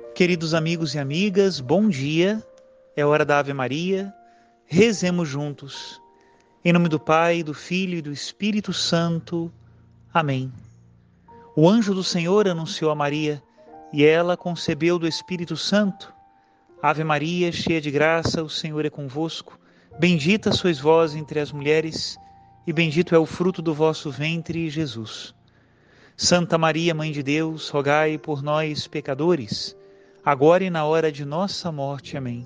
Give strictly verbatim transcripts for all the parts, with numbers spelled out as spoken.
Queridos amigos e amigas, bom dia, é hora da Ave Maria, rezemos juntos. Em nome do Pai, do Filho e do Espírito Santo. Amém. O anjo do Senhor anunciou a Maria, e ela concebeu do Espírito Santo. Ave Maria, cheia de graça, o Senhor é convosco. Bendita sois vós entre as mulheres, e bendito é o fruto do vosso ventre, Jesus. Santa Maria, Mãe de Deus, rogai por nós, pecadores, agora e na hora de nossa morte. Amém.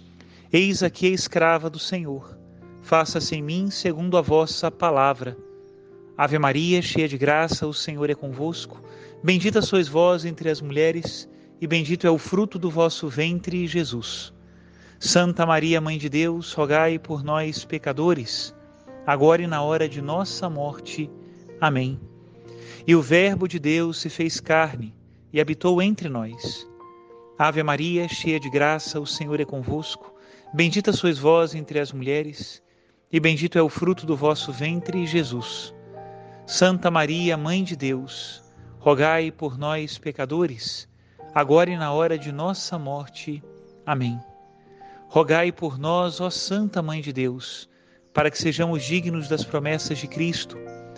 Eis aqui a escrava do Senhor. Faça-se em mim segundo a vossa palavra. Ave Maria, cheia de graça, o Senhor é convosco. Bendita sois vós entre as mulheres, e bendito é o fruto do vosso ventre, Jesus. Santa Maria, Mãe de Deus, rogai por nós, pecadores, agora e na hora de nossa morte. Amém. E o Verbo de Deus se fez carne e habitou entre nós. Ave Maria, cheia de graça, o Senhor é convosco. Bendita sois vós entre as mulheres, e bendito é o fruto do vosso ventre, Jesus. Santa Maria, Mãe de Deus, rogai por nós, pecadores, agora e na hora de nossa morte. Amém. Rogai por nós, ó Santa Mãe de Deus, para que sejamos dignos das promessas de Cristo.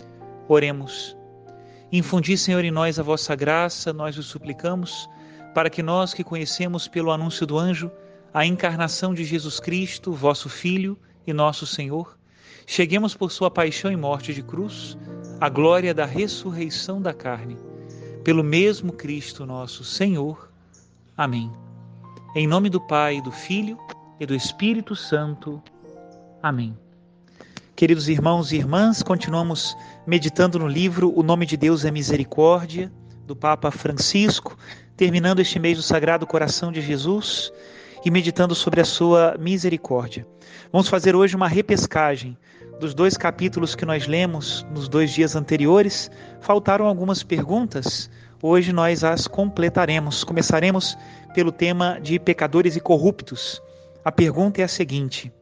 Oremos. Infundi, Senhor, em nós a vossa graça, nós o suplicamos, para que nós que conhecemos pelo anúncio do anjo a encarnação de Jesus Cristo, vosso Filho e nosso Senhor, cheguemos por sua paixão e morte de cruz à glória da ressurreição da carne. Pelo mesmo Cristo nosso Senhor. Amém. Em nome do Pai, do Filho e do Espírito Santo. Amém. Queridos irmãos e irmãs, continuamos meditando no livro O Nome de Deus é Misericórdia, do Papa Francisco, terminando este mês do Sagrado Coração de Jesus e meditando sobre a sua misericórdia. Vamos fazer hoje uma repescagem dos dois capítulos que nós lemos nos dois dias anteriores. Faltaram algumas perguntas, hoje nós as completaremos. Começaremos pelo tema de pecadores e corruptos. A pergunta é a seguinte: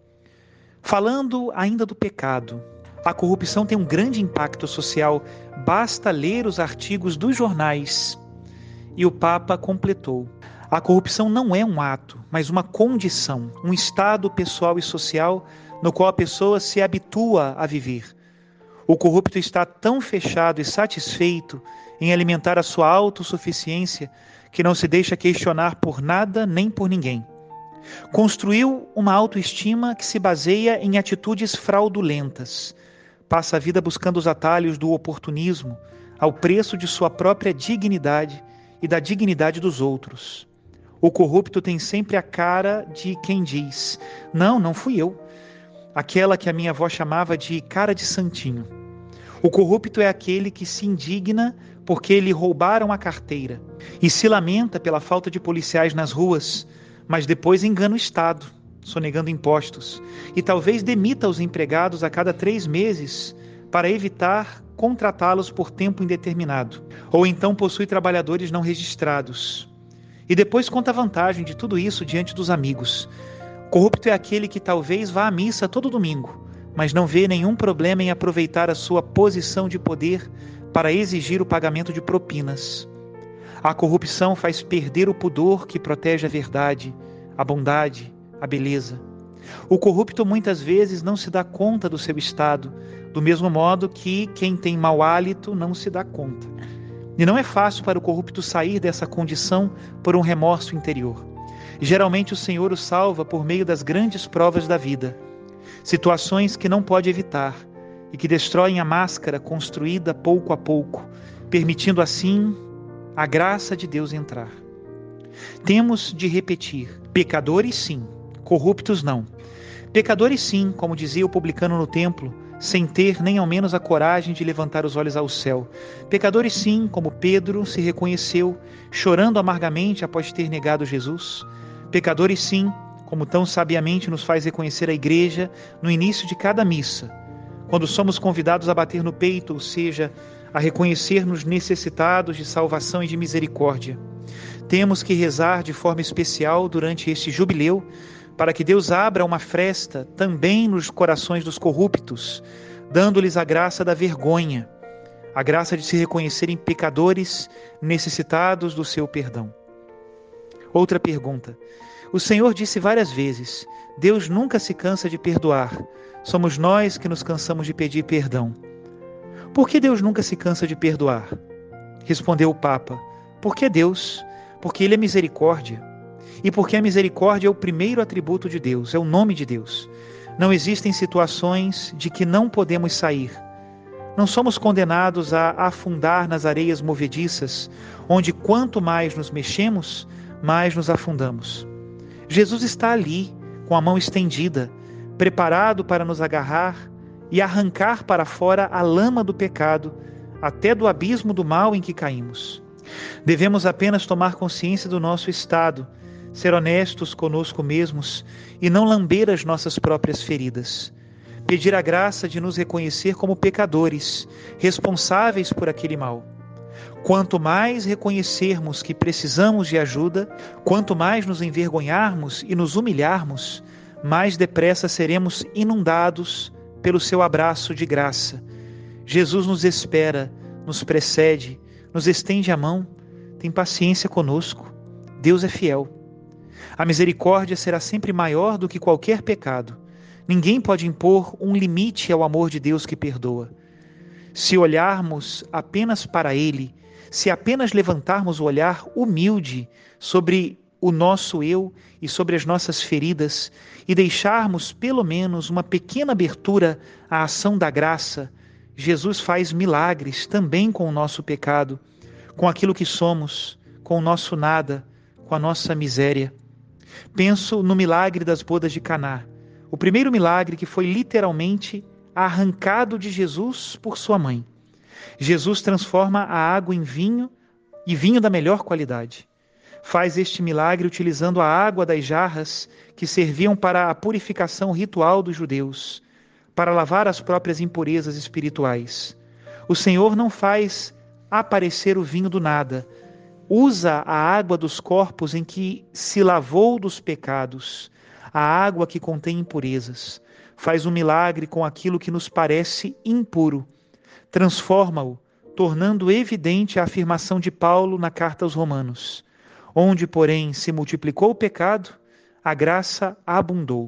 falando ainda do pecado, a corrupção tem um grande impacto social, basta ler os artigos dos jornais. E o Papa completou: a corrupção não é um ato, mas uma condição, um estado pessoal e social no qual a pessoa se habitua a viver. O corrupto está tão fechado e satisfeito em alimentar a sua autossuficiência que não se deixa questionar por nada nem por ninguém. Construiu uma autoestima que se baseia em atitudes fraudulentas. Passa a vida buscando os atalhos do oportunismo, ao preço de sua própria dignidade e da dignidade dos outros. O corrupto tem sempre a cara de quem diz: não, não fui eu. Aquela que a minha avó chamava de cara de santinho. O corrupto é aquele que se indigna porque lhe roubaram a carteira e se lamenta pela falta de policiais nas ruas, mas depois engana o Estado, sonegando impostos, e talvez demita os empregados a cada três meses para evitar contratá-los por tempo indeterminado, ou então possui trabalhadores não registrados. E depois conta a vantagem de tudo isso diante dos amigos. Corrupto é aquele que talvez vá à missa todo domingo, mas não vê nenhum problema em aproveitar a sua posição de poder para exigir o pagamento de propinas. A corrupção faz perder o pudor que protege a verdade, a bondade, a beleza. O corrupto muitas vezes não se dá conta do seu estado, do mesmo modo que quem tem mau hálito não se dá conta. E não é fácil para o corrupto sair dessa condição por um remorso interior. Geralmente o Senhor o salva por meio das grandes provas da vida, situações que não pode evitar e que destroem a máscara construída pouco a pouco, permitindo assim a graça de Deus entrar. Temos de repetir: pecadores sim, corruptos não. Pecadores sim, como dizia o publicano no templo, sem ter nem ao menos a coragem de levantar os olhos ao céu. Pecadores sim, como Pedro se reconheceu, chorando amargamente após ter negado Jesus. Pecadores sim, como tão sabiamente nos faz reconhecer a Igreja no início de cada missa, quando somos convidados a bater no peito, ou seja, a reconhecer-nos necessitados de salvação e de misericórdia. Temos que rezar de forma especial durante este jubileu, para que Deus abra uma fresta também nos corações dos corruptos, dando-lhes a graça da vergonha, a graça de se reconhecerem pecadores necessitados do seu perdão. Outra pergunta. O Senhor disse várias vezes: Deus nunca se cansa de perdoar. Somos nós que nos cansamos de pedir perdão. Por que Deus nunca se cansa de perdoar? Respondeu o Papa: porque Deus, porque Ele é misericórdia. E porque a misericórdia é o primeiro atributo de Deus, é o nome de Deus. Não existem situações de que não podemos sair. Não somos condenados a afundar nas areias movediças, onde quanto mais nos mexemos, mais nos afundamos. Jesus está ali, com a mão estendida, preparado para nos agarrar e arrancar para fora a lama do pecado, até do abismo do mal em que caímos. Devemos apenas tomar consciência do nosso estado, ser honestos conosco mesmos e não lamber as nossas próprias feridas. Pedir a graça de nos reconhecer como pecadores, responsáveis por aquele mal. Quanto mais reconhecermos que precisamos de ajuda, quanto mais nos envergonharmos e nos humilharmos, mais depressa seremos inundados pelo seu abraço de graça. Jesus nos espera, nos precede, nos estende a mão, tem paciência conosco. Deus é fiel. A misericórdia será sempre maior do que qualquer pecado. Ninguém pode impor um limite ao amor de Deus que perdoa. Se olharmos apenas para Ele, se apenas levantarmos o olhar humilde sobre o nosso eu e sobre as nossas feridas e deixarmos pelo menos uma pequena abertura à ação da graça, Jesus faz milagres também com o nosso pecado, com aquilo que somos, com o nosso nada, com a nossa miséria. Penso no milagre das bodas de Caná, o primeiro milagre que foi literalmente arrancado de Jesus por sua mãe. Jesus transforma a água em vinho e vinho da melhor qualidade. Faz este milagre utilizando a água das jarras que serviam para a purificação ritual dos judeus, para lavar as próprias impurezas espirituais. O Senhor não faz aparecer o vinho do nada, usa a água dos corpos em que se lavou dos pecados, a água que contém impurezas. Faz um milagre com aquilo que nos parece impuro. Transforma-o, tornando evidente a afirmação de Paulo na carta aos Romanos. Onde, porém, se multiplicou o pecado, a graça abundou.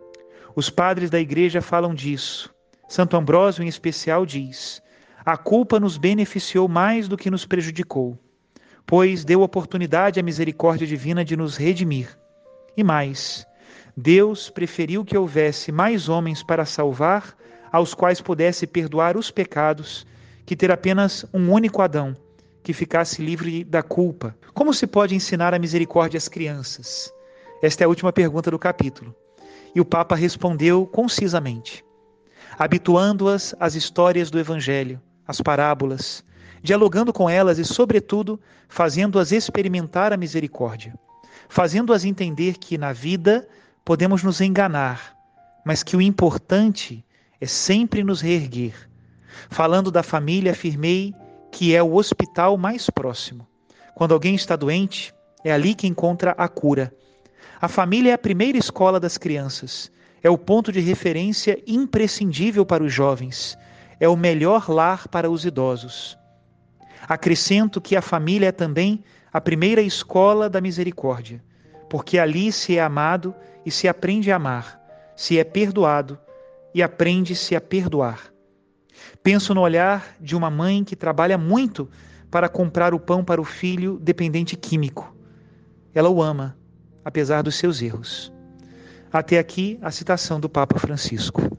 Os padres da igreja falam disso. Santo Ambrósio, em especial, diz: a culpa nos beneficiou mais do que nos prejudicou, pois deu oportunidade à misericórdia divina de nos redimir. E mais, Deus preferiu que houvesse mais homens para salvar, aos quais pudesse perdoar os pecados, que ter apenas um único Adão, que ficasse livre da culpa. Como se pode ensinar a misericórdia às crianças? Esta é a última pergunta do capítulo. E o Papa respondeu concisamente, habituando-as às histórias do Evangelho, às parábolas, dialogando com elas e, sobretudo, fazendo-as experimentar a misericórdia, fazendo-as entender que na vida podemos nos enganar, mas que o importante é sempre nos reerguer. Falando da família, afirmei que é o hospital mais próximo. Quando alguém está doente, é ali que encontra a cura. A família é a primeira escola das crianças, é o ponto de referência imprescindível para os jovens, é o melhor lar para os idosos. Acrescento que a família é também a primeira escola da misericórdia, porque ali se é amado e se aprende a amar, se é perdoado e aprende-se a perdoar. Penso no olhar de uma mãe que trabalha muito para comprar o pão para o filho dependente químico. Ela o ama, apesar dos seus erros. Até aqui a citação do Papa Francisco.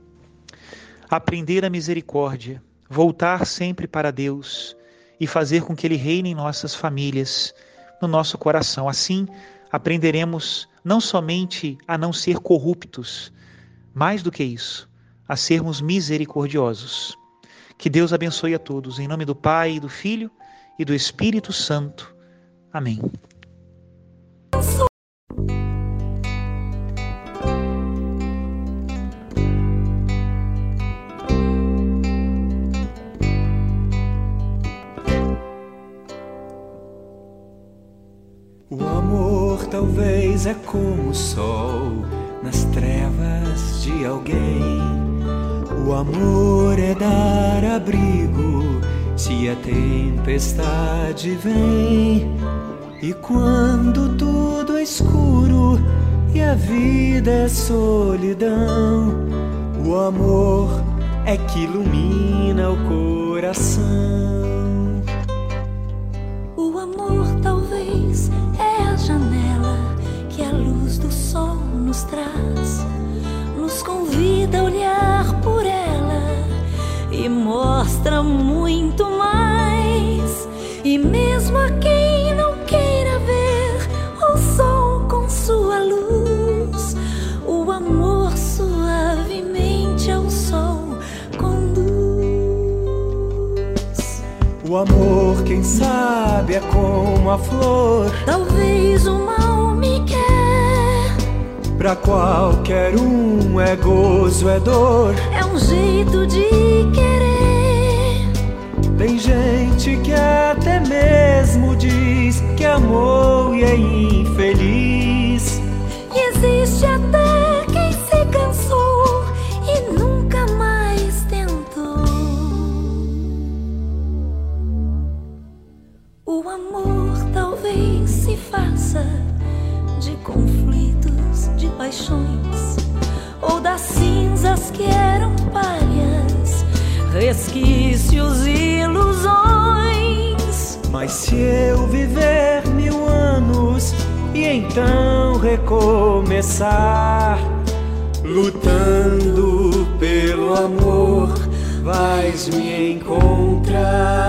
Aprender a misericórdia, voltar sempre para Deus e fazer com que Ele reine em nossas famílias, no nosso coração. Assim, aprenderemos não somente a não ser corruptos, mais do que isso, a sermos misericordiosos. Que Deus abençoe a todos, em nome do Pai, do Filho e do Espírito Santo. Amém. O amor talvez é como o sol nas trevas de alguém. O amor é dar abrigo se a tempestade vem. E quando tu é escuro e a vida é solidão, o amor é que ilumina o coração. O amor talvez é a janela que a luz do sol nos traz, nos convida a olhar por ela e mostra muito mais. E mesmo a quem não queira ver o sol com sua luz, o amor suavemente ao sol conduz. O amor, quem sabe, é como a flor, talvez o mal me quer. Pra qualquer um é gozo, é dor, é um jeito de querer. Tem gente que até mesmo diz que amou e é infeliz. E existe até quem se cansou e nunca mais tentou. O amor talvez se faça de conflitos, de paixões, ou das cinzas que eram palhas, resquícios e ilusões. Mas se eu viver mil anos e então recomeçar, lutando pelo amor, vais me encontrar.